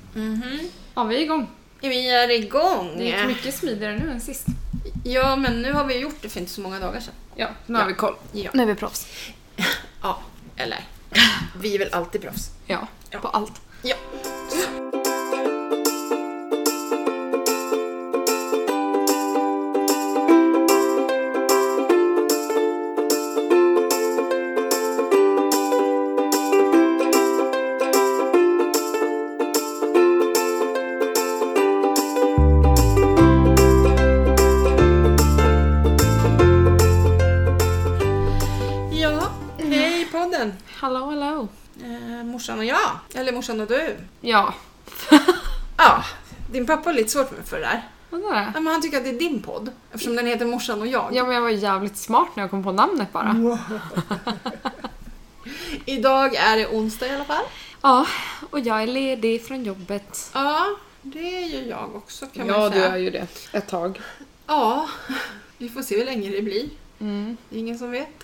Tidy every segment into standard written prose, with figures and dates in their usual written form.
Ja, vi är igång. Vi är igång. Det gick mycket smidigare nu än sist. Ja, men nu har vi gjort det för inte så många dagar sedan. Ja, nu har vi koll. Ja. Nu är vi proffs. Ja, eller vi är väl alltid proffs. Ja, på allt. Ja. Hallå. Morsan och jag. Eller morsan och du. Ja. Ja, din pappa har lite svårt med för det där. Vadå det? Men han tycker att det är din podd. Eftersom den heter Morsan och jag. Ja, men jag var jävligt smart när jag kom på namnet bara. Idag är det onsdag i alla fall. Ja, och jag är ledig från jobbet. Ja, det är ju jag också kan man Ja, säga. du är ju det. Ett tag. Ja, vi får se hur länge det blir. Mm. Det är ingen som vet.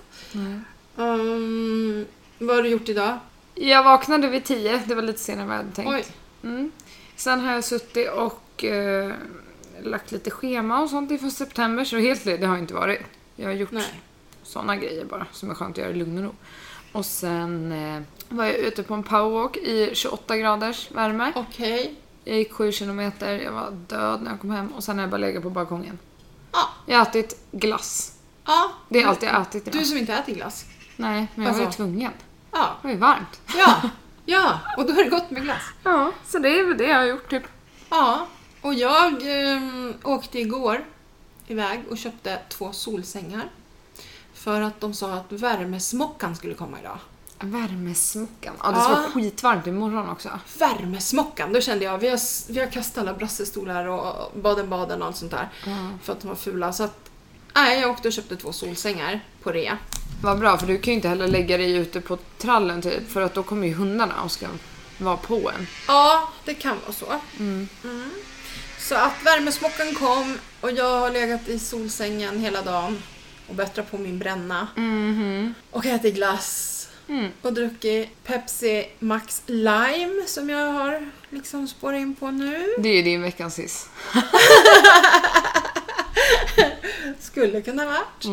Mm. Vad har du gjort idag? Jag vaknade vid 10. Det var lite senare än vad jag hade tänkt. Oj. Mm. Sen har jag suttit och lagt lite schema och sånt inför september. Så helt ledig har jag inte varit. Jag har gjort såna grejer bara som är skönt att göra i lugn och ro. Och sen var jag ute på en powerwalk i 28 graders värme. Okej. Jag gick 7 kilometer. Jag var död när jag kom hem. Och sen har jag bara legat på balkongen. Ja. Jag har ätit glass. Ja. Det är allt jag har ätit idag. Du som inte äter glass. Nej, men jag var ju tvungen. Ja. Det var ju varmt. Ja. Och då har det gått med glass. Ja, så det är väl det jag har gjort typ. Ja. Och jag åkte igår iväg och köpte 2 solsängar. För att de sa att värmesmockan skulle komma idag. Värmesmockan. Ja, det ska vara skitvarmt imorgon också. Värmesmockan, då kände jag, vi har kastat alla brassestolar och baden och allt sånt där. För att de var fula. Så att, jag åkte och köpte 2 solsängar på rea. Vad bra, för du kan ju inte heller lägga dig ute på trallen typ. För att då kommer ju hundarna och ska vara på en. Ja, det kan vara så. Så att värmesmockan kom och jag har legat i solsängen hela dagen och bättrat på min bränna. Och ätit glass. Och druckit Pepsi Max Lime som jag har liksom spårat in på nu. Det är ju din veckans hiss. Skulle kunna varit.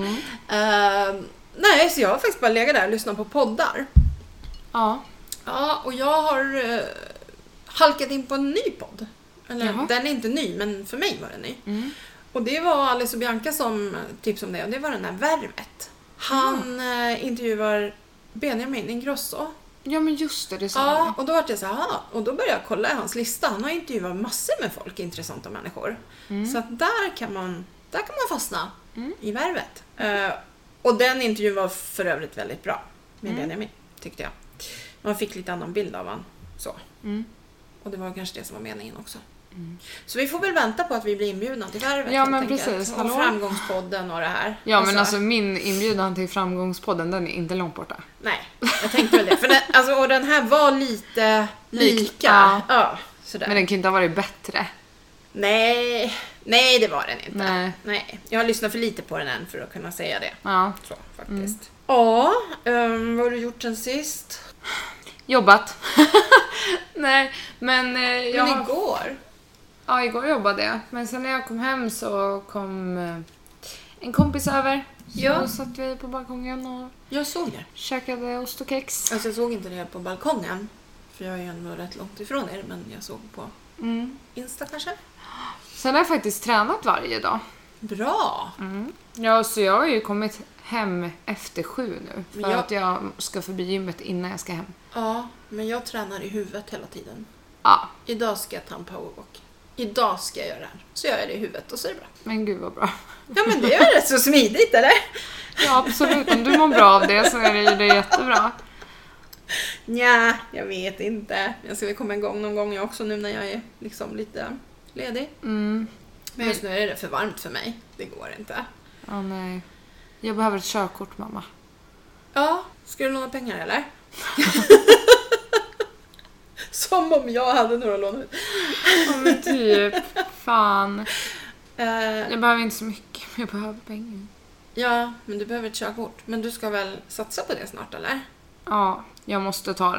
Nej, så jag har faktiskt bara legat där och lyssnat på poddar. Ja. Ja, och jag har halkat in på en ny podd. Eller, Jaha. den är inte ny, men för mig var den ny. Och det var Alice och Bianca som tipsade om det. Och det var den här Värvet. Han intervjuar Benjamin Ingrosso. Ja, men just det sa Ja, och då var det så här, och då började jag kolla i hans lista. Han har intervjuat massor med folk, intressanta människor. Så att där kan man fastna i Värvet. Och den intervjun var för övrigt väldigt bra med Benjamin, tyckte jag. Man fick lite annan bild av han. Så. Och det var kanske det som var meningen också. Så vi får väl vänta på att vi blir inbjudna till Värvet. Ja, men precis. Och Framgångspodden och det här. Ja, men alltså min inbjudan till Framgångspodden, den är inte långt borta. Nej, jag tänkte väl det. För den, och den här var lite lika. Ja, sådär. Men den kan inte ha varit bättre. Nej, det var den inte. Nej. Jag har lyssnat för lite på den än för att kunna säga det. Ja. Så, faktiskt. Ja, vad har du gjort sen sist? Jobbat. Nej, men jag... Men igår? Ja, igår jobbade jag. Men sen när jag kom hem så kom en kompis över. Så satt vi på balkongen och jag såg det. käkade ost och kex. Alltså jag såg inte det på balkongen. För jag är ju ändå rätt långt ifrån er. Men jag såg på Insta kanske. Sen har jag faktiskt tränat varje dag. Bra! Ja, så jag har ju kommit hem efter 7 nu. För att jag ska förbi gymmet innan jag ska hem. Ja, men jag tränar i huvudet hela tiden. Ja. Idag ska jag ta en powerwalk. Idag ska jag göra det här. Så gör jag det i huvudet och så är det bra. Men gud vad bra. Ja, men det är rätt så smidigt, eller? Ja, absolut. Om du mår bra av det så är det ju det jättebra. Nja, jag vet inte. Jag ska väl komma igång någon gång jag också nu när jag är liksom lite ledig. Men just nu är det för varmt för mig. Det går inte. Ja, nej. Jag behöver ett körkort, mamma. Ja, ska du låna pengar eller? Som om jag hade några lån ut. Ja, men typ. Fan. Jag behöver inte så mycket, men jag behöver pengar. Ja, men du behöver ett körkort. Men du ska väl satsa på det snart, eller? Ja, jag måste ta det.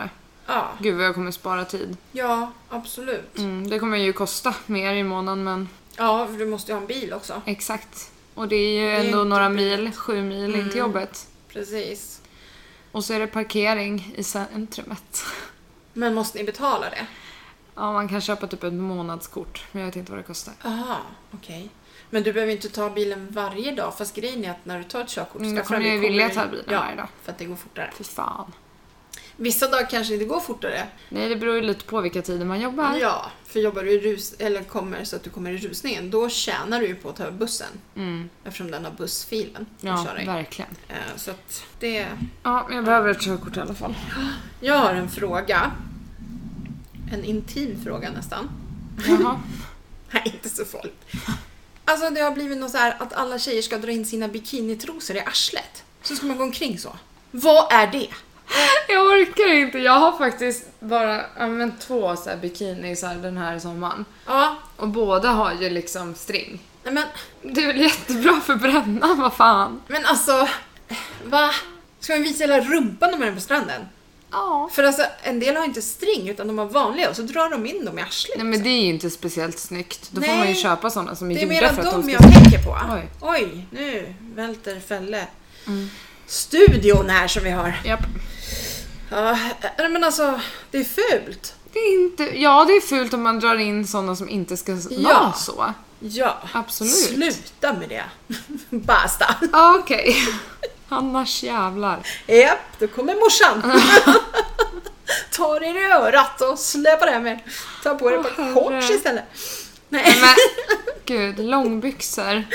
Ja. Gud vad jag kommer spara tid. Ja, absolut. Det kommer ju kosta mer i månaden, men... Ja, för du måste ju ha en bil också. Exakt. Och det är ju ändå några mil, 7 mil in till jobbet. Precis. Och så är det parkering i centrumet. Men måste ni betala det? Ja, man kan köpa typ ett månadskort. Men jag vet inte vad det kostar. Aha, okej. Men du behöver inte ta bilen varje dag. Fast grejen är att när du tar ett körkort... Då kommer jag vilja ta bilen varje dag. För att det går fortare. Fy fan. Vissa dagar kanske inte går fortare. Nej, det beror ju lite på vilka tider man jobbar. Ja, för jobbar du i eller kommer så att du kommer i rusningen, då tjänar du ju på att ta bussen. Eftersom den har bussfilen. Ja, verkligen. Så att det... Ja, jag behöver ett körkort i alla fall. Jag har en fråga. En intim fråga nästan. Jaha. Nej, inte så farligt. Alltså det har blivit något så här att alla tjejer ska dra in sina bikinitrosor i arslet. Så ska man gå omkring så. Vad är det? Jag orkar inte. Jag har faktiskt bara använt 2 så här bikinisar den här sommaren. Ja. Och båda har ju liksom string. Nej, men... Det är väl jättebra för bränna, vad fan. Men alltså, va? Ska man visa hela rumpan när man är på stranden? Ja. För alltså, en del har inte string utan de har vanliga och så drar de in dem i arslet. Nej, men det är ju inte speciellt snyggt. Då får man ju köpa sådana som är gjorda för att det är de mer ska... jag tänker på. Oj, nu välter fälle. Studion här som vi har. Japp. Ja, men alltså, det är fult. Det är inte... Ja, det är fult om man drar in sådana som inte ska vara så. Ja, absolut. Sluta med det. Basta. Okej. Annars jävlar. Japp, då kommer morsan. Tar er i örat och släpar hem er. Ta på er ett par shorts istället. Nej. Men, gud, långbyxor.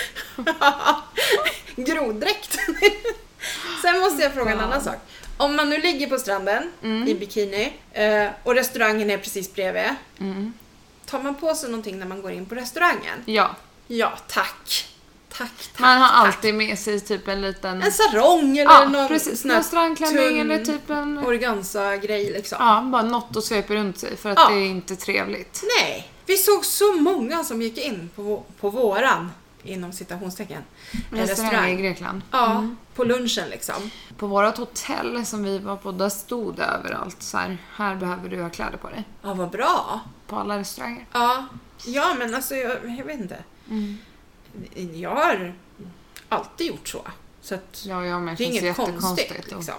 Groddräkt. Sen måste jag fråga en annan sak. Om man nu ligger på stranden i bikini och restaurangen är precis bredvid. Tar man på sig någonting när man går in på restaurangen? Ja. Ja, tack. Tack. Man har alltid med sig typ en liten... En sarong eller någon precis, sån här strandklänning eller typ en... organza-grej liksom. Ja, bara något att svepa runt sig för att det är inte trevligt. Nej, vi såg så många som gick in på våran, inom citationstecken, restaurang i Grekland. Ja, på lunchen liksom. På vårat hotell som vi var på, där stod det överallt så här behöver du ha kläder på dig. Ja, vad bra. På alla restauranger. Ja, men alltså jag vet inte. Jag har alltid gjort så. Så att men det är inget konstigt liksom.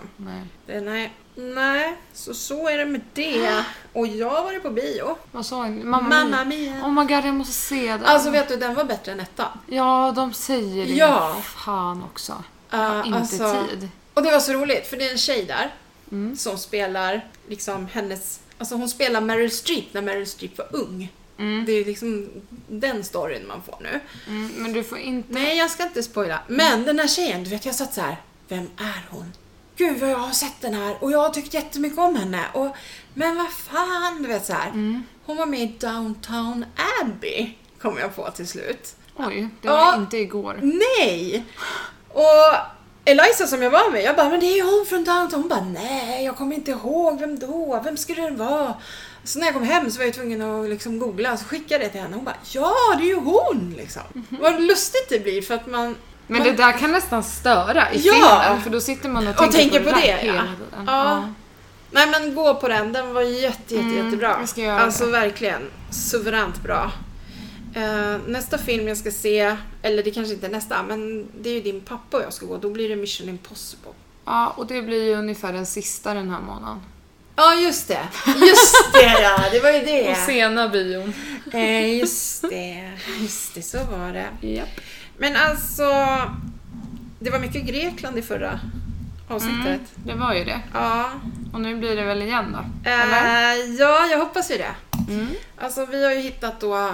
Nej, så är det med det. Och jag har varit på bio. Vad sa ni? Mamma Mia. Oh my god, jag måste se den. Alltså vet du, den var bättre än 1. Ja, de säger det. Ja. Fan också. Inte tid. Och det var så roligt, för det är en tjej där som spelar liksom hennes... Alltså hon spelar Meryl Streep när Meryl Streep var ung. Det är liksom den storyn man får nu. Men du får inte... Nej, jag ska inte spoila. Men den här tjejen, du vet, jag satt så här. Vem är hon? Gud vad jag har sett den här. Och jag har tyckt jättemycket om henne. Men vad fan, du vet så här. Hon var med i Downton Abbey. Kom jag på till slut. Oj, det var inte igår. Nej! Och Eliza som jag var med, jag bara, men det är ju hon från Downton. Hon bara, nej, jag kommer inte ihåg. Vem då? Vem skulle den vara? Så när jag kom hem så var jag tvungen att liksom googla. Så skickade jag det till henne. Hon bara, ja, det är ju hon liksom. Vad lustigt det blir för att man... Men det där kan nästan störa i filmen. För då sitter man och tänker på det hela tiden. Ja. Nej, men gå på den. Den var jättebra. Alltså verkligen suveränt bra. Nästa film jag ska se, eller det kanske inte är nästa, men det är ju din pappa och jag ska gå. Då blir det Mission Impossible. Ja, och det blir ju ungefär den sista den här månaden. Ja, just det, ja, det var ju det. Och sena bion. Just det, så var det. Japp. Men alltså, det var mycket Grekland i förra avsnittet. Det var ju det. Ja. Och nu blir det väl igen då? Eller? Ja, jag hoppas ju det. Alltså, vi har ju hittat då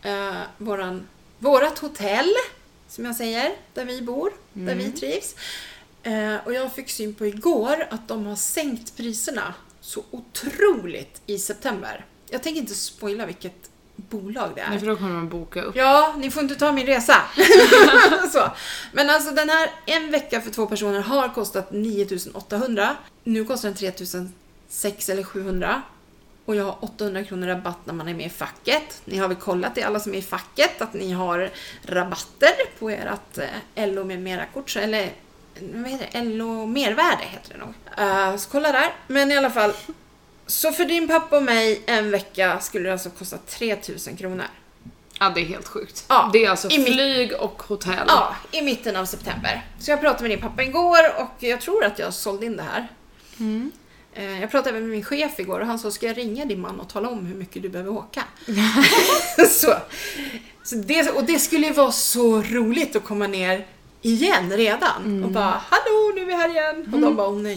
vårat hotell, som jag säger, där vi bor, där vi trivs. Och jag fick syn på igår att de har sänkt priserna så otroligt i september. Jag tänker inte spoila vilket bolag det är. Nej, för då kommer man boka upp. Ja, ni får inte ta min resa. Så. Men alltså den här en vecka för 2 personer har kostat 9 800. Nu kostar den 3 600 eller 700. Och jag har 800 kronor rabatt när man är med i facket. Ni har väl kollat det, alla som är i facket, att ni har rabatter på ert LO med mera kort. Eller vad heter det? LO mervärde heter det nog. Så kolla där. Men i alla fall, Så för din pappa och mig en vecka skulle det alltså kosta 3000 kronor. Ja, det är helt sjukt. Ja, det är alltså flyg och hotell. Ja, i mitten av september. Så jag pratade med din pappa igår och jag tror att jag sålde in det här. Jag pratade även med min chef igår och han sa, ska jag ringa din man och tala om hur mycket du behöver åka? så det skulle ju vara så roligt att komma ner igen redan. Och bara, hallå, nu är vi här igen. Och de bara, nej.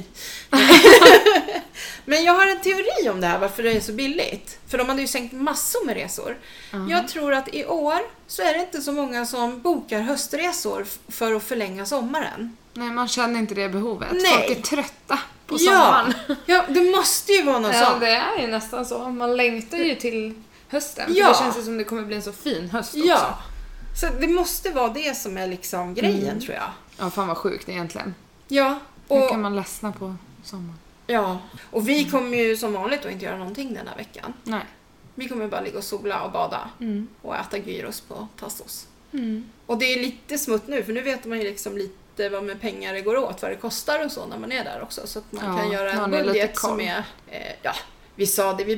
Men jag har en teori om det här, varför det är så billigt. För de hade ju sänkt massor med resor. Jag tror att i år så är det inte så många som bokar höstresor för att förlänga sommaren. Nej, man känner inte det behovet. Nej. Folk är trötta på sommaren. Ja, det måste ju vara något sånt. Ja, det är ju nästan så. Man längtar ju till hösten. Ja. För det känns ju som det kommer bli en så fin höst också. Ja, så det måste vara det som är liksom grejen, tror jag. Ja, fan vad sjukt egentligen. Ja, Hur kan man ledsna på sommaren? Ja, och vi kommer ju som vanligt att inte göra någonting den här veckan. Nej. Vi kommer bara ligga och sola och bada och äta gyros på Tassos. Och det är lite smutt nu, för nu vet man ju liksom lite vad med pengar det går åt, vad det kostar och så när man är där också. Så att man kan göra en budget som är, vi sa det,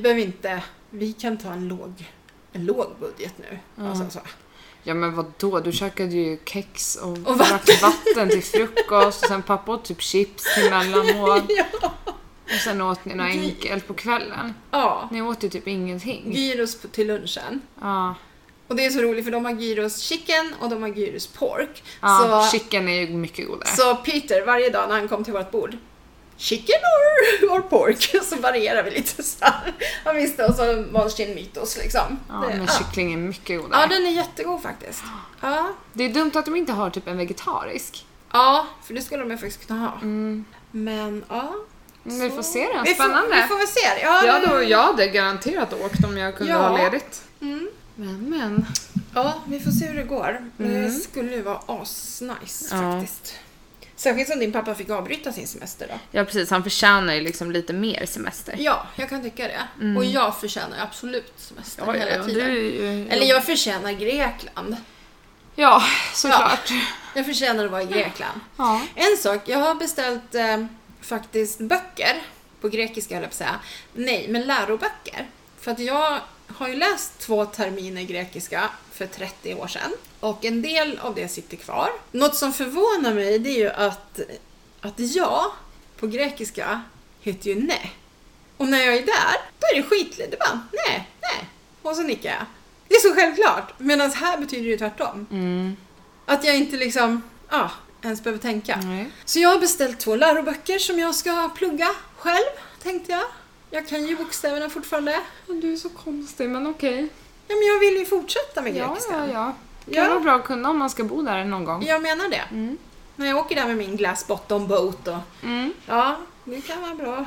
vi kan ta en låg budget nu. Alltså, så. Ja, men vadå? Du käkade ju kex och vatten till frukost och sen pappa åt typ chips till mellanmål. Och sen åt ni något enkelt på kvällen. Ja. Ni åt ju typ ingenting. Gyros till lunchen. Ja. Och det är så roligt för de har gyros chicken och de har gyros pork. Ja, så, chicken är ju mycket godare. Så Peter, varje dag när han kom till vårt bord, chicken or pork, så varierar vi lite så här. Han visste, och så varsin mytos liksom. Ja, men kyckling är mycket godare. Ja, den är jättegod faktiskt. Ja. Det är dumt att de inte har typ en vegetarisk. Ja, för det skulle de ju faktiskt kunna ha. Men ja. Men vi får se det, spännande. Vi får väl se. Jag hade garanterat åkt om jag kunde ha ledigt. Men. Ja, vi får se hur det går. Det skulle ju vara asnice faktiskt. Särskilt som din pappa fick avbryta sin semester då. Ja, precis. Han förtjänar ju liksom lite mer semester. Ja, jag kan tycka det. Och jag förtjänar absolut semester hela tiden. Du, eller jag förtjänar Grekland. Ja, såklart. Ja, jag förtjänar att vara i Grekland. Ja. En sak, jag har beställt faktiskt böcker på grekiska, höll jag på att säga. Nej, men läroböcker. För att jag har ju läst 2 terminer grekiska för 30 år sedan. Och en del av det sitter kvar. Något som förvånar mig, det är ju att jag på grekiska heter ju ne. Och när jag är där, då är det skitligt. Det bara, nej. Och så nickar jag. Det är så självklart. Medan här betyder det ju tvärtom. Att jag inte liksom, ens behöver tänka. Så jag har beställt 2 läroböcker som jag ska plugga själv, tänkte jag. Jag kan ju bokstäverna fortfarande. Du är så konstig, men okej. Ja, men jag vill ju fortsätta med grekiska. Ja. Det kan vara bra att kunna om man ska bo där någon gång. Jag menar det. När jag åker där med min glass bottom boat och... Ja, det kan vara bra.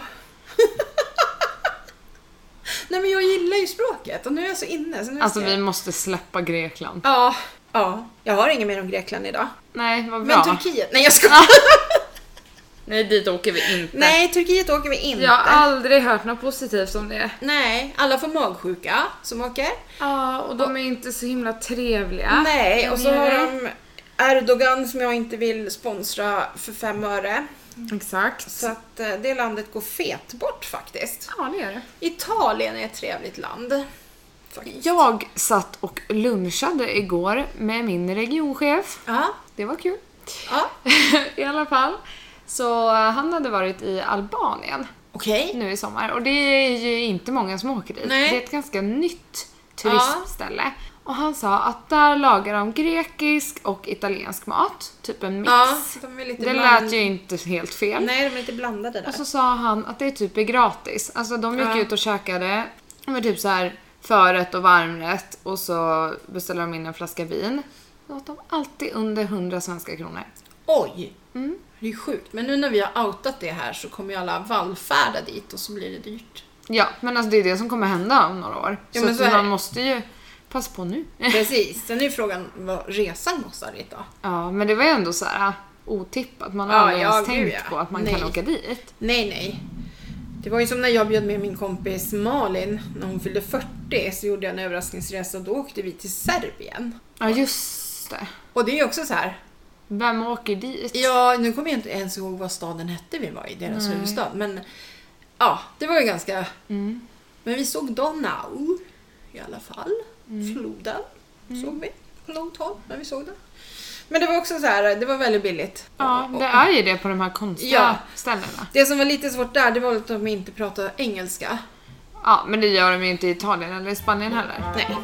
Nej, men jag gillar ju språket och nu är jag så inne. Så nu alltså, vi måste släppa Grekland. Ja. Jag har inget mer om Grekland idag. Nej, vad bra. Men Turkiet, nej jag ska. Nej, dit åker vi inte. Nej, Turkiet åker vi inte. Jag har aldrig hört något positivt om det. Nej, alla får magsjuka som åker. Ja, och de är inte så himla trevliga. Nej, och så har de Erdogan som jag inte vill sponsra för 5 öre. Exakt. Så att det landet går fet bort faktiskt. Ja, det är det. Italien är ett trevligt land. Faktiskt. Jag satt och lunchade igår med min regionchef. Ja. Det var kul. Ja. I alla fall. Så han hade varit i Albanien. Okej. Nu i sommar. Och det är ju inte många som åker dit. Nej. Det är ett ganska nytt turistställe. Och han sa att där lagar de grekisk och italiensk mat. Typ en mix. Ja, de är lite det lät ju inte helt fel. Nej, de är lite blandade där. Och så sa han att det typ är gratis. Alltså de gick ut och käkade med typ så här förrätt och varmrätt. Och så beställde de in en flaska vin. Så åt de alltid under 100 svenska kronor. Oj! Det är sjukt. Men nu när vi har outat det här så kommer ju alla vallfärda dit och så blir det dyrt. Ja, men alltså det är det som kommer hända om några år. Ja, så men att man måste ju passa på nu. Precis. Sen är ju frågan vad resan kostar dit då. Ja, men det var ju ändå så här otippat. Man har aldrig ens tänkt på att man kan åka dit. Nej. Det var ju som när jag bjöd med min kompis Malin när hon fyllde 40, så gjorde jag en överraskningsresa och då åkte vi till Serbien. Ja, just det. Och det är ju också så här. Vem åker dit? Ja, nu kommer jag inte ens ihåg vad staden hette vi var i, deras huvudstad. Men ja, det var ju ganska... Men vi såg Donau i alla fall. Floden såg vi på långt håll när vi såg den. Men det var också så här, det var väldigt billigt. Ja, det är ju det på de här konstiga ställena. Det som var lite svårt där, det var att de inte pratade engelska. Ja, men det gör de ju inte i Italien eller i Spanien heller. Nej.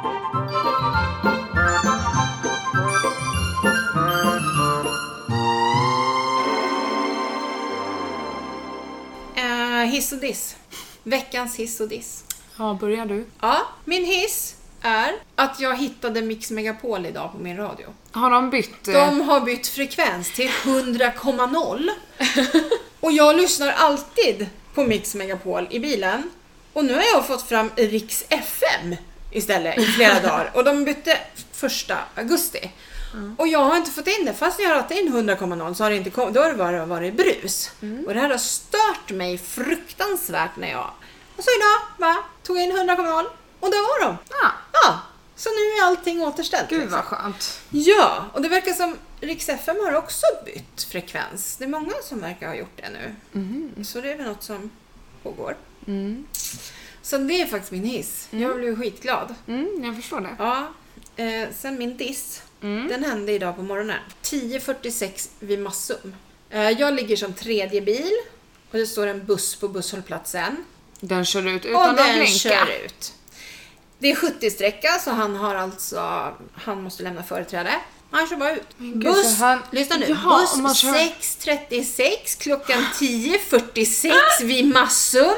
Hiss och diss. Veckans hiss och diss. Ja, börjar du? Ja, min hiss är att jag hittade Mix Megapol idag på min radio. Har de bytt? De har bytt frekvens till 100,0. Och jag lyssnar alltid på Mix Megapol i bilen. Och nu har jag fått fram Riks FM istället i flera dagar. Och de bytte 1 augusti. Och jag har inte fått in det. Fast jag har haft in 100,0 så har det inte kommit. Då har det bara varit brus. Och det här har stört mig fruktansvärt när jag... Och så idag tog jag in 100,0 och där var de. Ja, så nu är allting återställt. Gud vad skönt. Ja, och det verkar som Riks FM har också bytt frekvens. Det är många som verkar ha gjort det nu. Så det är väl något som pågår. Så det är faktiskt min hiss. Jag blev skitglad. Jag förstår det. Ja, sen min diss. Den hände idag på morgonen. 10:46 vid Massum. Jag ligger som tredje bil. Och det står en buss på busshållplatsen. Den kör ut och utan att den blinka. kör ut. Det är 70-sträcka så han måste lämna företräde. Han kör bara ut. Buss, lyssna nu. Buss 6:36 klockan 10:46 vid Massum.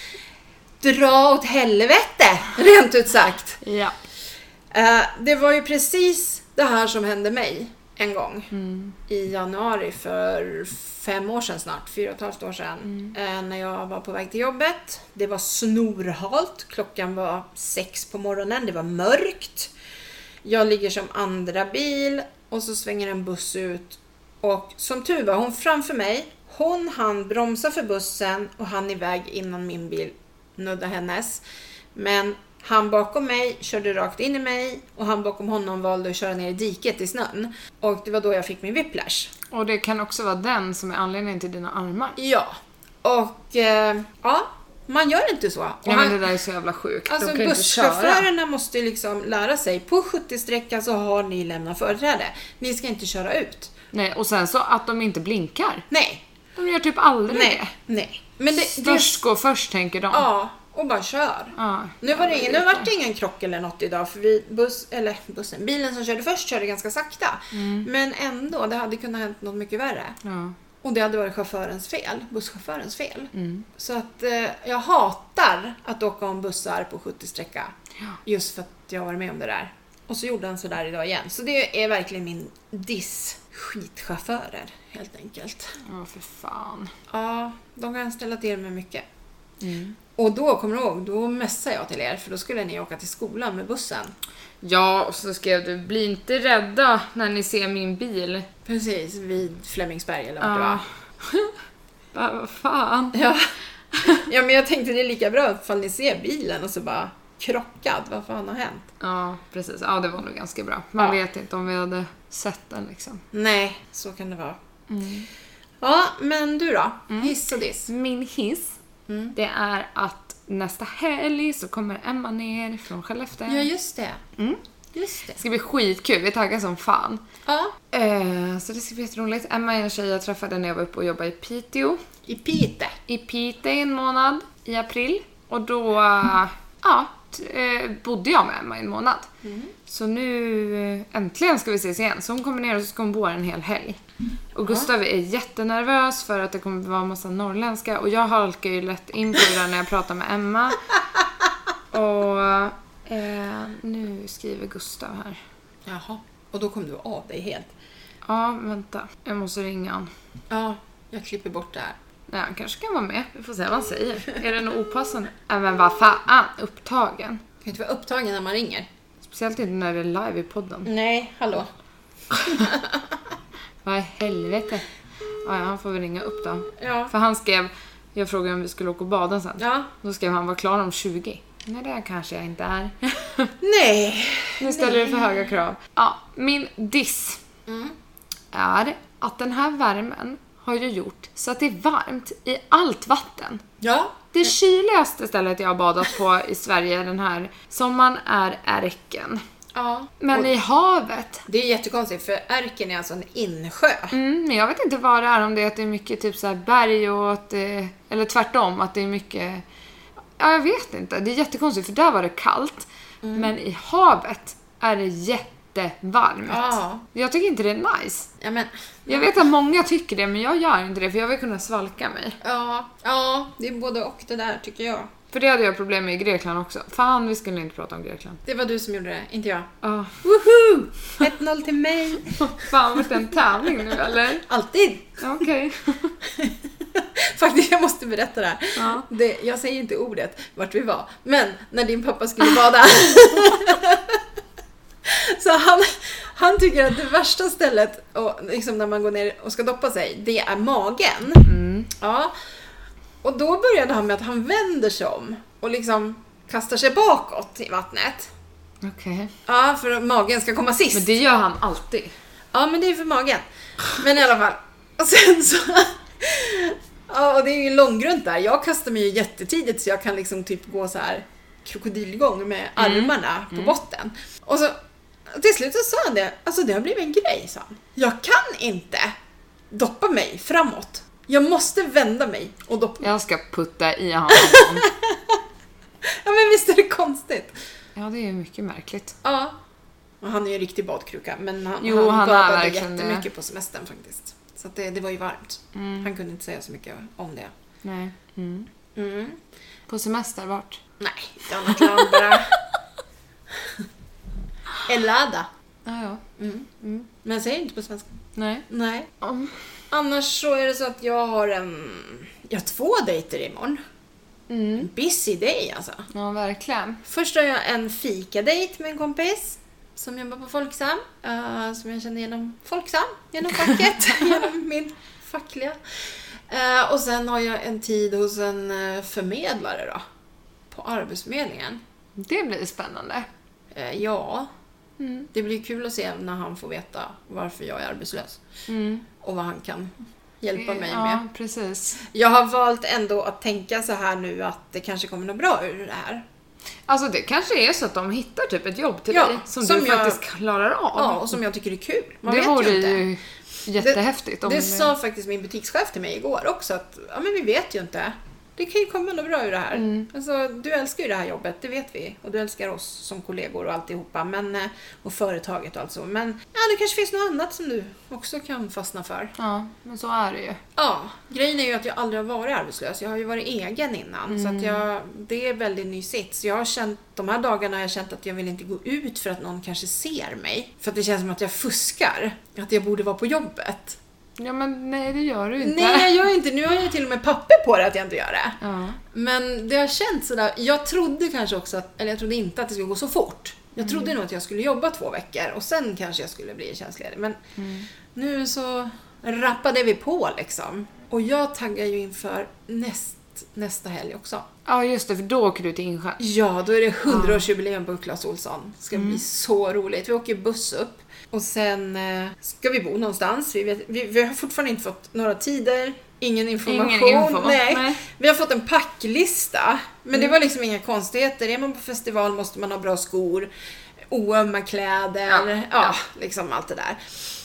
Dra åt helvete, rent ut sagt. Ja. Det var ju precis det här som hände mig en gång i januari för 5 år sedan snart, 4,5 år sedan, när jag var på väg till jobbet. Det var snorhalt, klockan var 6 på morgonen, det var mörkt. Jag ligger som andra bil och så svänger en buss ut och som tur var hon framför mig, hon hann bromsa för bussen och han iväg innan min bil nuddade hennes. Men han bakom mig körde rakt in i mig och han bakom honom valde att köra ner i diket i snön. Och det var då jag fick min whiplash. Och det kan också vara den som är anledningen till dina armar. Ja, och man gör inte så. Och men det där är så jävla sjukt. Alltså busschaufförerna måste liksom lära sig. På 70-sträckan så har ni lämnat företräde. Ni ska inte köra ut. Nej, och sen så att de inte blinkar. Nej. De gör typ aldrig det. Nej. Men störst går först, tänker de. Ja, och bara kör. Nu var det ingen krock eller något idag. För bilen som körde först körde ganska sakta. Men ändå, det hade kunnat hänt något mycket värre. Ja. Och det hade varit busschaufförens fel. Så att jag hatar att åka om bussar på 70-sträcka. Ja. Just för att jag var med om det där. Och så gjorde han så där idag igen. Så det är verkligen min diss. Skitchaufförer, helt enkelt. Ja, för fan. Ja, de kan ställa till med mycket. Och då, kommer du ihåg, då mässade jag till er. För då skulle ni åka till skolan med bussen. Ja, och så skrev du, bli inte rädda när ni ser min bil. Precis, vid Flemingsberg eller vad det var. Vad fan. Ja, men jag tänkte det är lika bra ifall ni ser bilen och så bara krockad. Vad fan har hänt? Ja, precis. Ja, det var nog ganska bra. Man vet inte om vi hade sett den liksom. Nej, så kan det vara. Ja, men du då? Hiss och diss. Min hiss, det är att nästa helg så kommer Emma ner från Skellefteå. Ja, just det. Just det. Det ska bli skitkul, vi taggar som fan. Ja. Så det ska bli jätteroligt. Emma är en tjej jag träffade när jag var uppe och jobbade i Piteå. I Piteå en månad i april. Och då bodde jag med Emma en månad. Så nu äntligen ska vi ses igen. Så hon kommer ner och så ska hon bo en hel helg. Och Gustav är jättenervös för att det kommer vara en massa norrländska. Och jag halkar ju lätt in på det där när jag pratar med Emma. Och nu skriver Gustav här. Jaha, och då kommer du av dig helt. Ja, vänta. Jag måste ringa han. Ja, jag klipper bort det här. Nej, han kanske kan vara med. Vi får se vad han säger. Är det nog opassande? Men vad fan, upptagen. Kan inte vara upptagen när man ringer. Speciellt inte när det är live i podden. Nej, hallå. Vad i helvete. Ja, han får väl ringa upp då. Ja. För han skrev, jag frågade om vi skulle åka och bada sen. Ja. Då skrev han, var klar om 20. Nej, det kanske jag inte är. Nej. Nu ställer du för höga krav. Ja, min diss är att den här värmen har ju gjort så att det är varmt i allt vatten. Ja. Det kyligaste stället jag har badat på i Sverige den här sommaren är Ärken. Ja. Men i havet. Det är jättekonstigt för Ärken är alltså en insjö. Men jag vet inte vad det är, om det är att det är mycket typ så här berg och att det, eller tvärtom att det är mycket. Ja, jag vet inte. Det är jättekonstigt för där var det kallt. Men i havet är det jättevarmt. Ja. Jag tycker inte det är nice. Ja, men Jag vet att många tycker det, men jag gör inte det för jag vill kunna svalka mig. ja, det är både och det där tycker jag. För det hade jag problem med i Grekland också. Fan, vi skulle inte prata om Grekland. Det var du som gjorde det, inte jag. Ja. Woho! 1-0 till mig. Fan, vart det en tävling nu, eller? Alltid. Okej. Faktiskt, jag måste berätta det här. Ja. Jag säger inte ordet vart vi var. Men när din pappa skulle bada. Så han tycker att det värsta stället och liksom när man går ner och ska doppa sig, det är magen. Ja. Och då började han med att han vänder sig om och liksom kastar sig bakåt i vattnet. Okej. Ja, för att magen ska komma sist. Men det gör han alltid. Ja, men det är för magen. Men i alla fall. Och sen så. Ja, och det är ju långgrunt där. Jag kastar mig ju jättetidigt så jag kan liksom typ gå så här krokodilgång med armarna på botten. Och så till slut så sa han det. Alltså det har blivit en grej, sa han. Jag kan inte doppa mig framåt. Jag måste vända mig och doppa mig. Jag ska putta i honom. Ja, men visst är det konstigt. Ja, det är ju mycket märkligt. Ja. Och han är ju en riktig badkruka. Men han är badade verkligen jättemycket det. På semestern faktiskt. Så att det var ju varmt. Han kunde inte säga så mycket om det. Nej. Mm. På semester, vart? Nej, ett annat land bara. Elada. Ja. Men säger inte på svenska. Nej. Nej. Annars så är det så att jag har 2 dejter imorgon. Busy day alltså. Ja, verkligen. Först har jag en fikadejt med en kompis som jobbar på Folksam. Som jag känner genom Folksam, genom facket, genom min fackliga. Och sen har jag en tid hos en förmedlare då. På Arbetsförmedlingen. Det blir spännande. Ja. Det blir kul att se när han får veta varför jag är arbetslös. Och vad han kan hjälpa mig med. Ja, precis. Jag har valt ändå att tänka så här nu att det kanske kommer något bra ur det här. Alltså det kanske är så att de hittar typ ett jobb till Ja, dig som som du jag- faktiskt klarar av. Ja, och som jag tycker är kul. Man det vet vore ju inte. ju jättehäftigt. Det sa faktiskt min butikschef till mig igår också att ja, men vi vet ju inte. Det kan ju komma något bra ur det här. Alltså, du älskar ju det här jobbet, det vet vi. Och du älskar oss som kollegor och alltihopa. Och företaget alltså. Men ja, det kanske finns något annat som du också kan fastna för. Ja, men så är det ju. Ja, grejen är ju att jag aldrig har varit arbetslös. Jag har ju varit egen innan. Så att det är väldigt ny sits. Jag har känt, de här dagarna har jag känt att jag vill inte gå ut för att någon kanske ser mig. För att det känns som att jag fuskar. Att jag borde vara på jobbet. Ja, men nej, det gör du inte. Nej, jag gör inte. Nu har jag till och med papper på det att jag inte gör det. Ja. Men det har känts sådär. Jag trodde kanske också eller jag trodde inte att det skulle gå så fort. Jag trodde nog att jag skulle jobba 2 veckor och sen kanske jag skulle bli tjänstledig. Men nu så rappade vi på liksom. Och jag taggar ju inför nästa helg också. Ja, just det, för då åker du till Insjön. Ja, då är det 100-årsjubileum på Clas Ohlson. Det ska bli så roligt. Vi åker buss upp. Och sen ska vi bo någonstans. Vi har fortfarande inte fått några tider. Ingen information. Ingen info. Nej. Vi har fått en packlista. Men det var liksom inga konstigheter. Är man på festival måste man ha bra skor. Oömma kläder. Ja, liksom allt det där.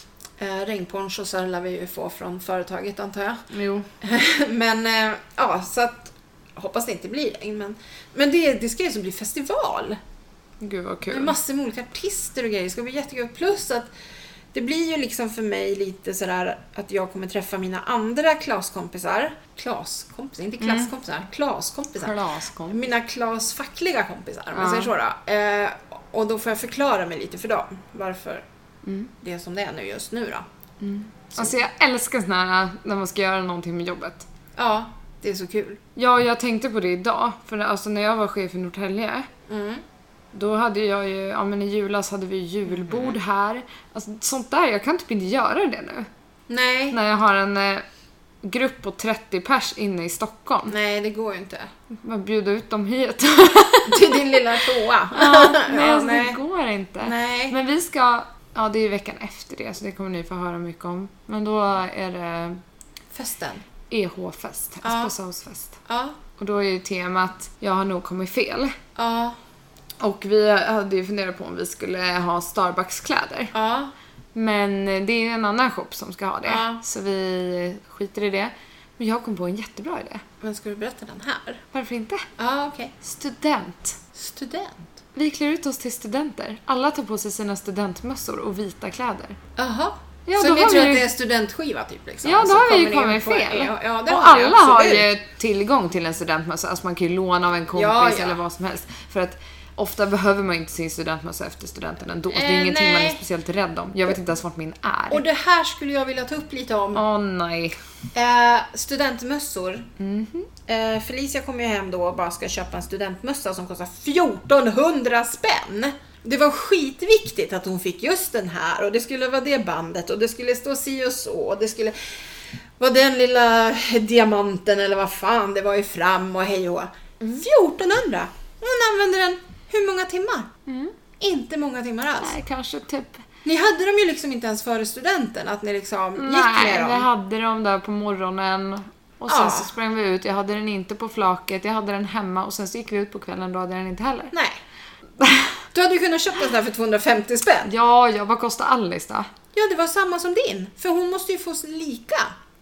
Regnponchosar lär vi ju få från företaget antar jag. Jo. Men ja, så att hoppas det inte blir regn. Men det ska ju så bli festival. Gud vad kul. Med massor med olika artister och grejer. Det ska bli jättekul. Plus att det blir ju liksom för mig lite sådär att jag kommer träffa mina andra klaskompisar. Klaskompisar, inte klasskompisar. Klaskompisar. Mina klasfackliga kompisar, om jag säger så då. Och då får jag förklara mig lite för dem. Varför det är som det är nu just nu då. Alltså jag älskar såna här när man ska göra någonting med jobbet. Ja, det är så kul. Ja, jag tänkte på det idag. För alltså när jag var chef i Norrtälje. Då hade jag ju, ja men i julas hade vi julbord här. Alltså sånt där, jag kan typ inte göra det nu. Nej. När jag har en grupp på 30 pers inne i Stockholm. Nej, det går ju inte. Man bjuder ut dem hit. Till din lilla toa. Nej, det går inte. Nej. Men vi ska, ja det är veckan efter det så det kommer ni få höra mycket om. Men då är det festen? EH-fest, Espresso House-fest. Ja. Och då är ju temat, jag har nog kommit fel. Ja. Och vi hade ju funderat på om vi skulle ha Starbucks-kläder. Ja. Men det är ju en annan shop som ska ha det. Ja. Så vi skiter i det. Men jag kom på en jättebra idé. Men ska du berätta den här? Varför inte? Ja, okej. Student. Vi klär ut oss till studenter. Alla tar på sig sina studentmössor och vita kläder. Jaha. Ja, så då ni har tror vi... att det är studentskiva typ liksom? Ja, då så har vi ju ni kommit in på- fel. Ja, det och har ni alla har absolut. ju tillgång till en studentmössa. Alltså man kan ju låna av en kompis Ja. eller vad som helst. För att ofta behöver man inte sin studentmössa efter studenten ändå. Det är ingenting man är nej. speciellt rädd om. Jag vet inte ens vart min är. Och det här skulle jag vilja ta upp lite om. Åh nej. Studentmössor. Felicia kommer ju hem då och bara ska köpa en studentmössa som kostar 1400 spänn. Det var skitviktigt att hon fick just den här och det skulle vara det bandet och det skulle stå si och så och det skulle vara den lilla diamanten eller vad fan det var ju fram och hej och 1400. Hon använde den hur många timmar? Inte många timmar alls. Nej, kanske typ... Ni hade dem ju liksom inte ens före studenten att ni liksom gick Nej, med vi dem. hade dem där på morgonen. Och sen Ja. så sprang vi ut. Jag hade den inte på flaket. Jag hade den hemma. Och sen så gick vi ut på kvällen. Då hade den inte heller. Nej. Du hade ju kunnat köpa den där för 250 spänn. Ja, vad kostar Alice då? Ja, det var samma som din. För hon måste ju få lika.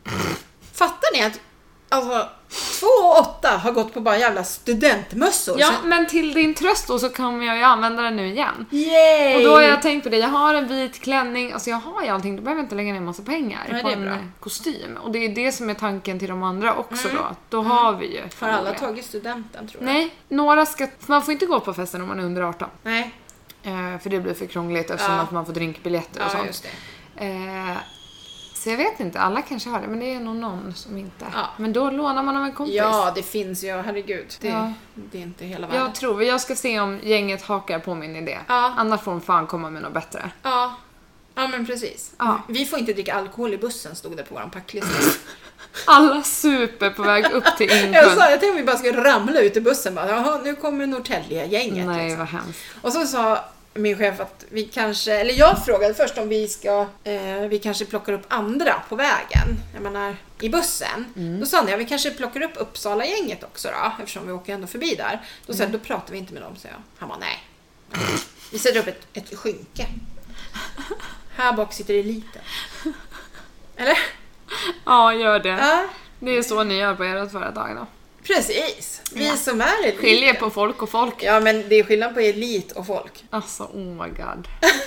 Fattar ni att alltså 2 och 8 har gått på bara jävla studentmössor? Ja, Så- men till din tröst då så kommer jag ju använda den nu igen. Yay! Och då har jag tänkt på det. Jag har en vit klänning. Alltså jag har ju allting. Då behöver jag inte lägga ner en massa pengar Nej, på det är en bra. kostym. Och det är det som är tanken till de andra också då. Då har vi ju... Har alla tagit studenten tror jag? Nej, några ska... Man får inte gå på festen om man är under 18. Nej. För det blir för krångligt eftersom Ja. att man får drinkbiljetter och Ja, sånt. just det. Så jag vet inte, alla kanske har det, men det är nog någon som inte. Ja. Men då lånar man av en kompis. Ja, det finns ju. Herregud. Ja. Det är inte hela världen. Jag ska se om gänget hakar på min idé. Ja. Annars får de fan komma med något bättre. Ja. Ja, men precis. Ja. Vi får inte dricka alkohol i bussen, stod det på våran packlista. Alla super på väg upp till Jag Insjön. sa, jag tänkte vi bara skulle ramla ut i bussen. Bara, jaha, nu kommer Norrtälje-gänget. Nej, liksom. vad hemskt. Och så sa min chef att vi kanske, eller jag frågade först om vi kanske plockar upp andra på vägen. Jag menar, i bussen. Då sa han, ja vi kanske plockar upp Uppsala-gänget också då, eftersom vi åker ändå förbi där. Då sa jag, då pratar vi inte med dem, så jag. Han bara, nej. Vi sätter upp ett skynke. Här bak sitter eliten. Eller? Ja, gör det. Ja, Det är så ni gör på ert företag då. precis. Vi Ja. som är eliten. Skiljer på folk och folk. Ja, men det är skillnad på elit och folk. Alltså, oh my god.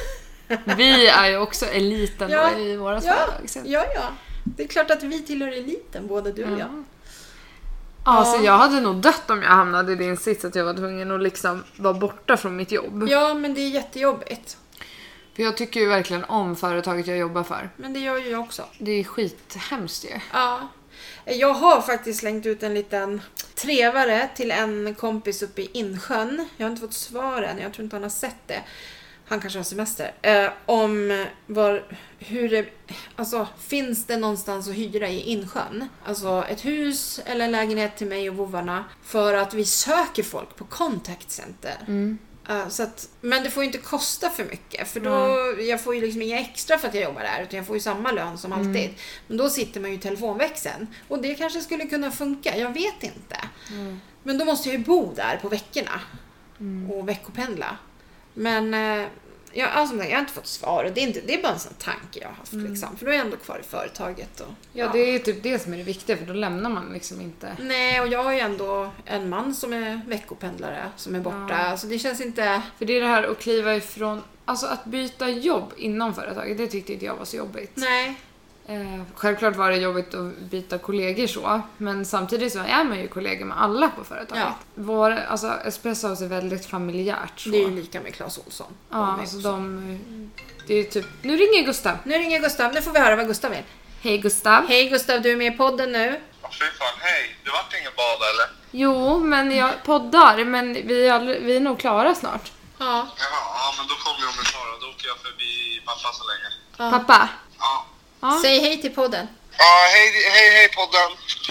Vi är ju också eliten Ja. då i våra Ja, företag. Så. ja. Det är klart att vi tillhör eliten, både du och jag. Ja, så jag hade nog dött om jag hamnade i din sits att jag var tvungen att liksom vara borta från mitt jobb. Ja, men det är jättejobbigt. För jag tycker ju verkligen om företaget jag jobbar för. Men det gör ju jag också. Det är skithemskt ju. Ja. Jag har faktiskt slängt ut en liten trevare till en kompis uppe i Insjön. Jag har inte fått svar än, jag tror inte han har sett det. Han kanske har semester. Om hur det, alltså finns det någonstans att hyra i Insjön? Alltså ett hus eller en lägenhet till mig och vovvarna. För att vi söker folk på contact center. Så att, men det får ju inte kosta för mycket. För då, jag får ju liksom inga extra för att jag jobbar där. Utan jag får ju samma lön som alltid. Men då sitter man ju i telefonväxeln. Och det kanske skulle kunna funka, jag vet inte. Men då måste jag ju bo där på veckorna. Och veckopendla. Men jag har inte fått svar. Och det är bara en sån tanke jag har haft. Liksom. För då är jag ändå kvar i företaget. Och, Ja, det är typ det som är det viktiga, för då lämnar man liksom inte. Nej, och jag har ju ändå en man som är veckopendlare som är borta. Så det känns inte... För det är det här att kliva ifrån, alltså att byta jobb inom företaget, det tyckte inte jag var så jobbigt. Nej. Självklart var det jobbigt att byta kollegor så, men samtidigt så är man ju kollegor med alla på företaget. Ja. Alltså Espresso House är väldigt familjärt så. Det är ju lika med Claes Olsson. Ja, alltså det är typ, nu ringer Gustav. Nu ringer Gustav, nu får vi höra vad Gustav vill. Hej Gustav. Hej Gustav, du är med i podden nu. Fy fan, hej. Det vart ingen bad eller? Jo, men jag poddar, men vi är nog klara snart. Ja. Ja, men då kommer jag om en dag. Då åker jag förbi pappa så länge. Pappa? Ja. Ja. Säg hej till podden. Ja, hej podden.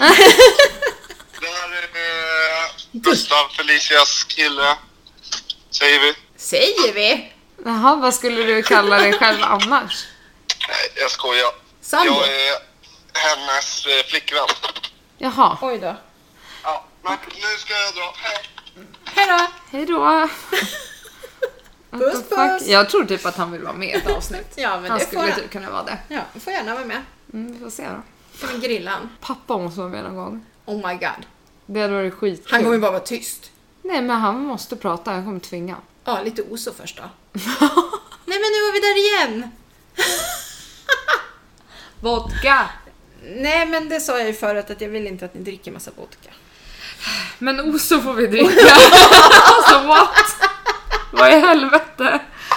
Det här är Gustav, Felicias kille. Säger vi. Säger vi? Jaha, vad skulle du kalla dig själv annars? Nej, jag skojar. Sambo. hennes flickvän. Jaha. Oj då. Ja, men nu ska jag dra. Hej. Hej då! Hej då. Puss, puss. Jag tror typ att han vill vara med i ett avsnitt. Ja, men Han det skulle får typ kunna vara det. Ja, du får gärna vara med. Vi får se då. Kan vi grilla han? Pappa måste vara med någon gång. Oh my god. Det hade varit skitkul. Han kommer ju bara vara tyst. Nej, men han måste prata. Jag kommer tvinga. Ja, lite oso först då. Nej, men nu var vi där igen. Vodka. Nej, men det sa jag ju förut att jag vill inte att ni dricker massa vodka. Men oso får vi dricka. Alltså what? Vad i helvete?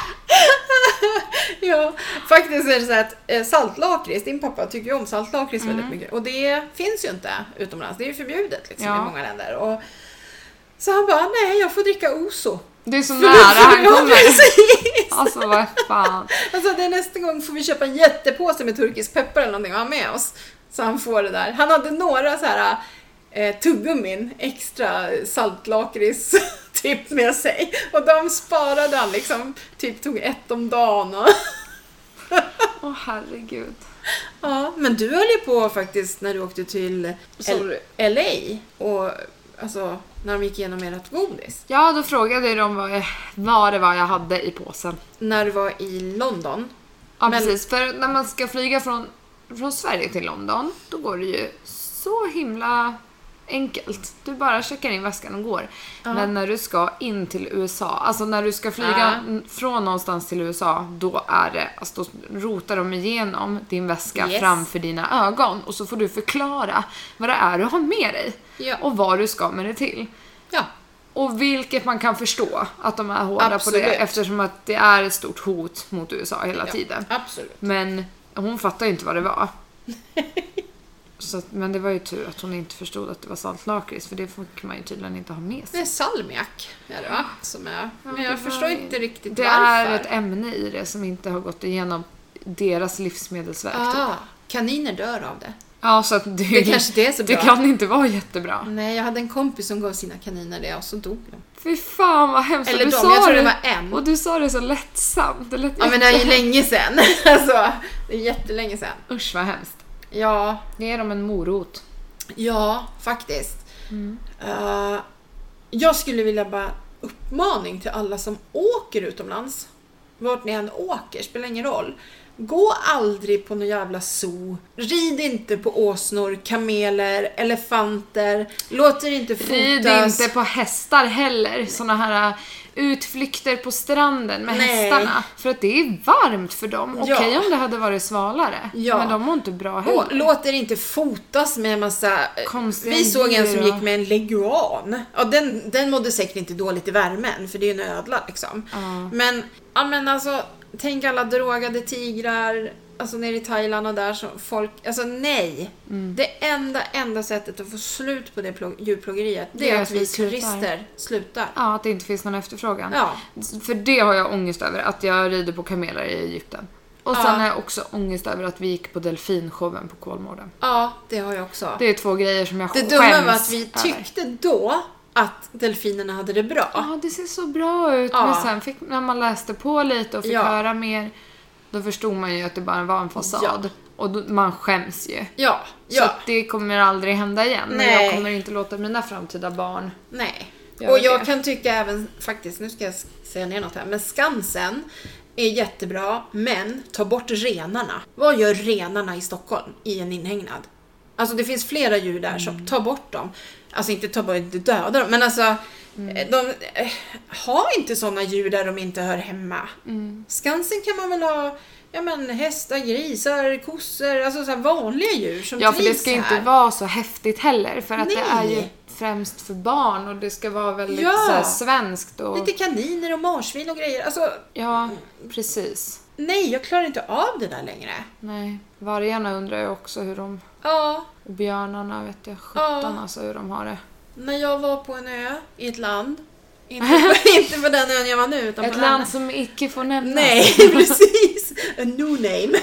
Ja, faktiskt är det så att saltlakrits, din pappa tycker ju om saltlakrits väldigt mycket. Och det finns ju inte utomlands. Det är ju förbjudet liksom, i många länder. Och så han bara, nej, jag får dricka oso. Det är så nära han kommer. Alltså vad fan. Alltså det är nästa gång får vi köpa en jättepåse med turkisk peppar eller någonting och ha med oss. Så han får det där. Han hade några så här tuggummin, extra saltlakrits typ med sig. Och de sparade han liksom, typ tog ett om dagen. Och Åh herregud. ja, men du höll ju på faktiskt när du åkte till LA och alltså när de gick igenom ert godis. Ja, då frågade de vad det var jag hade i påsen. När du var i London. Ja, Men- precis. För när man ska flyga från Sverige till London, då går det ju så himla enkelt. Du bara checkar in väskan och går. Ja. Men när du ska in till USA, alltså när du ska flyga från någonstans till USA, då är det, alltså då rotar de igenom din väska framför dina ögon och så får du förklara vad det är du har med dig. Ja. Och vad du ska med det till. Ja. Och vilket man kan förstå att de är hårda Absolut. på det, eftersom att det är ett stort hot mot USA hela tiden. Absolut. Men hon fattar ju inte vad det var. Så att, men det var ju tur att hon inte förstod att det var saltlakrits, för det fick man ju tydligen inte ha med Det sig. är salmiak är det, va? Som är. Men det jag var förstår ju- inte riktigt Det varför. är ett ämne i det som inte har gått igenom deras livsmedelsverk. Typ. Kaniner dör av det. Ja, så att Det kanske det är så det bra. kan inte vara jättebra. Nej, jag hade en kompis som gav sina kaniner det och så dog de. Fy fan vad hemskt. Eller du de, sa jag tror det var en. Och du sa det så lättsamt. Det lät Ja, men det är ju länge sedan. Alltså, det är jättelänge sedan. Usch vad hemskt. Ja, Det är dem en morot. ja, faktiskt. Jag skulle vilja bara uppmaning till alla som åker utomlands. Vart ni än åker, spelar ingen roll. Gå aldrig på någon jävla zoo. Rid inte på åsnor, kameler, elefanter. Låt er inte fotas. Rid inte på hästar heller. Såna här utflykter på stranden med Nej. hästarna. För att det är varmt för dem. Ja. Okej om det hade varit svalare. Ja. Men de mår inte bra Och heller. låt er inte fotas med en massa... Konstiga Vi såg en som djur gick och- med en leguan. Ja, den mådde säkert inte dåligt i värmen, för det är ju en ödla liksom. Men alltså, tänk alla drogade tigrar, alltså nere i Thailand och där som folk... Alltså nej. Det enda sättet att få slut på det djurplågeriet, det är att vi turister slutar. Ja, att det inte finns någon efterfrågan. Ja. För det har jag ångest över. Att jag rider på kameler i Egypten. Och sen har jag också ångest över att vi gick på delfinshowen på Kolmården. Ja, det har jag också. Det är två grejer som jag Det skäms dumma var att vi över. tyckte då att delfinerna hade det bra. Ja, det ser så bra ut. Ja. Men sen när man läste på lite och fick Ja. höra mer, då förstod man ju att det bara var en fasad. Och man skäms ju. Ja, Så ja. att det kommer aldrig hända igen. Men Nej. jag kommer inte låta mina framtida barn Nej. Gör Och jag det. kan tycka även, faktiskt, nu ska jag säga ner något här, men Skansen är jättebra, men ta bort renarna. Vad gör renarna i Stockholm i en inhägnad? Alltså det finns flera djur där, så ta bort dem. Alltså inte ta bort, inte döda dem, men alltså de har inte sådana djur där de inte hör hemma. Skansen kan man väl ha, ja men hästar, grisar, kossor, alltså så här vanliga djur som Ja, för det trivs ska inte här. vara så häftigt heller. För att det är ju Nej. främst för barn och det ska vara väldigt Ja. så här svenskt. Och, Lite kaniner och marsvin och grejer. Alltså, ja, precis. nej, jag klarar inte av det där längre. Nej, vargarna undrar jag också hur de... Ja, Och björnarna vet jag, sjutton alltså hur de har det. när jag var på en ö i ett land. Inte på den ön jag var nu, utan Ett på land som icke får nämnas. Nej, precis. A no name.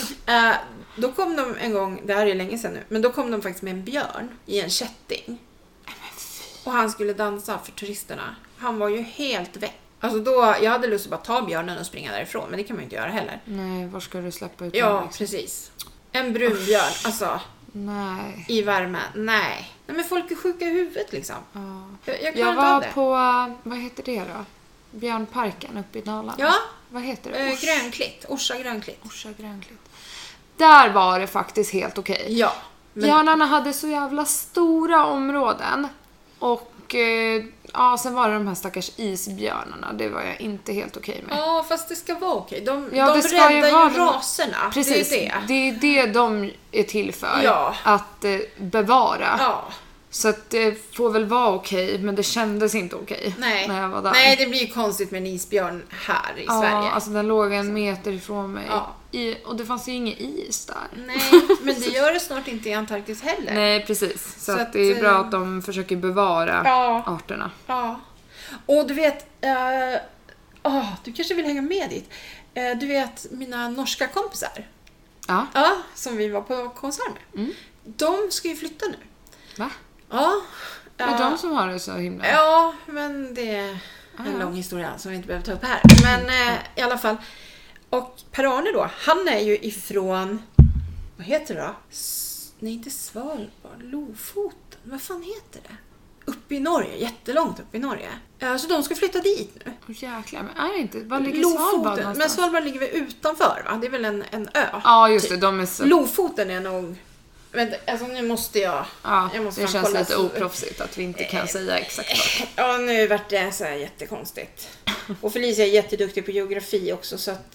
Då kom de en gång, det här är länge sedan nu, men då kom de faktiskt med en björn i en kätting. Och han skulle dansa för turisterna. Han var ju helt väck. Alltså då, jag hade lust att bara ta björnen och springa därifrån, men det kan man ju inte göra heller. Nej, var ska du släppa ut Ja, dem, liksom? precis. En brunbjörn, alltså. Nej. I värme. Nej. Nej, men folk är sjuka i huvudet liksom. Ja. Jag var på, vad heter det då? Björnparken uppe i Dalarna. Ja. Vad heter det? Grönklitt. Orsa Grönklitt. Där var det faktiskt helt okej. Ja. Björnarna hade så jävla stora områden. Och sen var det de här stackars isbjörnarna. Det var jag inte helt okej med. Ja, fast det ska vara okej. De räddar ju raserna. Precis, det är det de är till för. Ja. Att bevara. Ja. Så att det får väl vara okej, men det kändes inte okej när jag var där. Nej, det blir ju konstigt med en isbjörn här i Sverige. Alltså den låg en meter ifrån mig. Ja. Och det fanns ju ingen is där. Nej, men det gör det snart inte i Antarktis heller. Nej, precis. Så att det är bra att de försöker bevara arterna. Ja. Och du vet, du kanske vill hänga med dit. Du vet, mina norska kompisar. Ja. Ja, som vi var på konsert med. Mm. De ska ju flytta nu. Va? Ja. Det är de som har det så himla. Ja, men det är en lång historia som vi inte behöver ta upp här. Men i alla fall. Och Per-Arne då, han är ju ifrån, vad heter det då? Nej, inte Svalbard, Lofoten. Vad fan heter det? Uppe i Norge, jättelångt upp i Norge. Så de ska flytta dit nu. Jäklar, men är det inte? Var ligger Lofoten? Svalbard någonstans? Men Svalbard ligger väl utanför, va? Det är väl en ö? Ja, just det. De är så... Lofoten är nog... Vänta, alltså nu måste jag... Ja, jag måste det känns kolla lite oproffsigt att vi inte kan säga exakt vad. Ja, nu vart det så här jättekonstigt. Och Felicia är jätteduktig på geografi också, så att...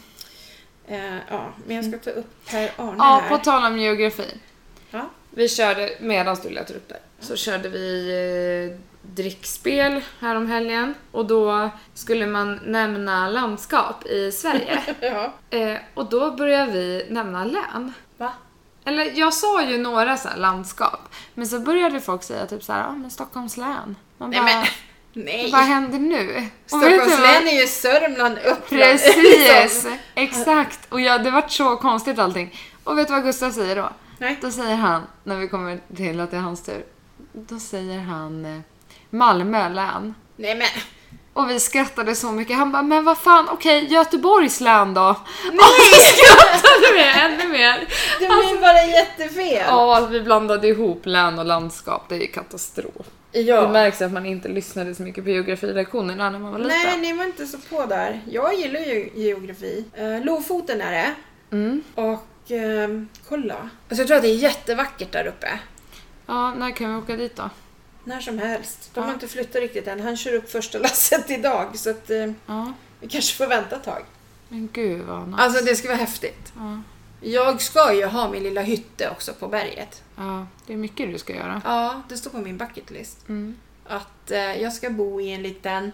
men jag ska ta upp Per-Arne här. Ja, på tal om geografi. Ja. Vi körde, medan du letar upp där, så körde vi drickspel här om helgen. Och då skulle man nämna landskap i Sverige. Ja. Och då började vi nämna län. Va? Eller jag sa ju några så här landskap. Men så började folk säga typ så här, men Stockholms län. Man bara, nej. Vad händer nu? Stockholms län är ju Sörmland, Uppland. Precis, exakt. Och det var så konstigt allting. Och vet du vad Gustav säger då? Nej. Då säger han, när vi kommer till att det är hans tur. Då säger han Malmö län. Nej, men... Och vi skrattade så mycket. Han bara, men vad fan, okej, Göteborgs län då? Nej! Och så skrattade vi ännu mer. Det blir bara jättefel. Ja, vi blandade ihop län och landskap. Det är ju katastrof. Ja. Det märks att man inte lyssnade så mycket på geografilektionerna när man var liten. Nej, ni var inte så på där. Jag gillar ju geografi. Lofoten är det. Mm. Och kolla. Alltså jag tror att det är jättevackert där uppe. Ja, när kan vi åka dit då? När som helst. De har inte flyttat riktigt än. Han kör upp första lasset idag. Så att vi kanske får vänta ett tag. Men gud vad nice. Alltså det ska vara häftigt. Ja. Jag ska ju ha min lilla hytte också på berget. Ja, det är mycket du ska göra. Ja, det står på min bucket list. Mm. Att jag ska bo i en liten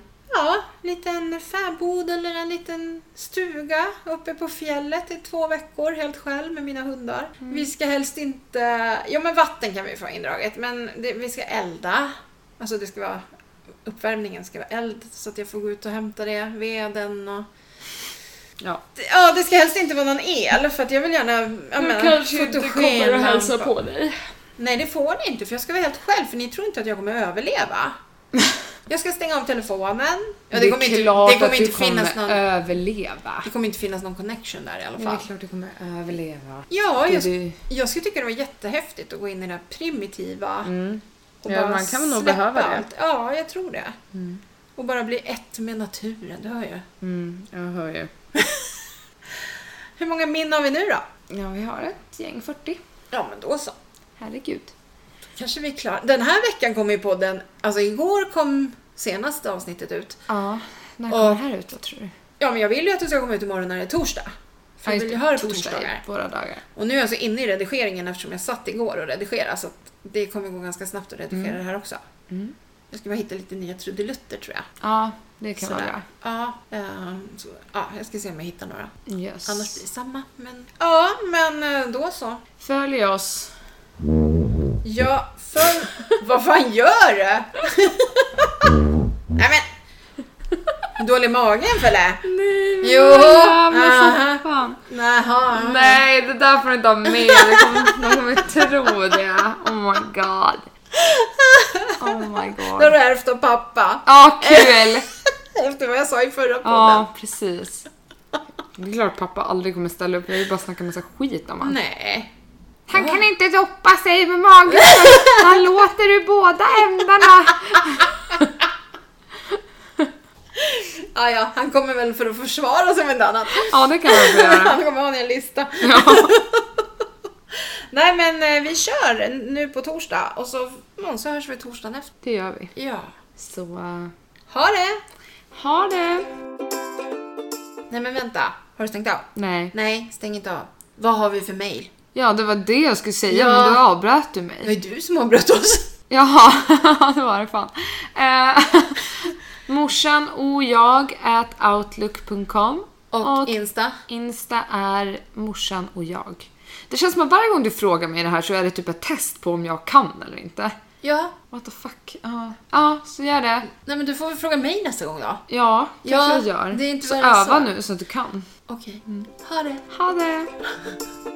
fäbod eller en liten stuga uppe på fjället i 2 veckor helt själv med mina hundar. Vi ska helst inte... Ja, men vatten kan vi få indraget, men vi ska elda. Alltså det ska vara... Uppvärmningen ska vara eld, så att jag får gå ut och hämta det, veden och... Ja. Ja, det ska helst inte vara någon el, för att jag vill gärna... kanske inte kommer att hälsa på dig. Nej, det får ni inte, för jag ska vara helt själv, för ni tror inte att jag kommer överleva. Jag ska stänga av telefonen. Ja, det kommer inte finnas någon överleva. Det kommer inte finnas någon connection där i alla fall. Ja, det är klart du kommer överleva. Ja, jag skulle tycka det var jättehäftigt att gå in i det här primitiva. Och ja, man kan nog behöva allt. det. Ja, jag tror det. Och bara bli ett med naturen, det hör jag. Jag hör ju. Hur många min har vi nu då? Ja, vi har ett gäng 40. Ja, men då så. Herregud. Kanske vi är klara. Den här veckan kom ju på den. Alltså igår kom senaste avsnittet ut. Ja, när kommer det här ut då, tror du? Ja, men jag vill ju att det ska komma ut imorgon när det är torsdag. För jag vill ju höra på torsdagar. Våra dagar. Och nu är jag alltså inne i redigeringen eftersom jag satt igår och redigerade. Så att det kommer gå ganska snabbt att redigera det här också. Jag ska bara hitta lite nya trudelutter, tror jag. Ja, det kan vara bra. Ja, jag ska se om jag hittar några. Yes. Annars blir det samma. Men, ja, men då så. Följ oss. Ja, vad fan gör du? Nej, men... Dålig magen, Fälle? Nej, men jo. men fan. Nej, det där får du inte ha med. De kommer tro det. Oh my god. Oh my god. Det har du ärvt av pappa. Ja, kul. Efter vad jag sa i förra podden. Ja, precis. Det är klart pappa aldrig kommer ställa upp. Jag vill bara snacka massa skit om han. Nej. Han kan inte doppa sig med magen. Han låter ur båda ändarna. Ja, han kommer väl för att försvara sig med ett annat. Ja, det kan han få göra. Han kommer ha en lista. Ja. Nej, men vi kör nu på torsdag. Och så hörs vi torsdagen efter. Det gör vi. Ja. Så, Ha det! ha det. Nej, men vänta. Har du stängt av? Nej. Nej, stäng inte av. Vad har vi för mail? Ja, det var det jag skulle säga, Ja. men då avbröt du mig. Det var ju du som avbröt oss. Jaha, det var det fan. morsanojag@outlook.com Och Insta. Insta är morsan och jag. Det känns som att varje gång du frågar mig det här så är det typ ett test på om jag kan eller inte. Ja. What the fuck? Ja, så gör det. Nej, men du får väl fråga mig nästa gång då. Ja, kanske jag gör. det är inte så värre än öva så. nu så att du kan. Okej. Ha det. Ha det!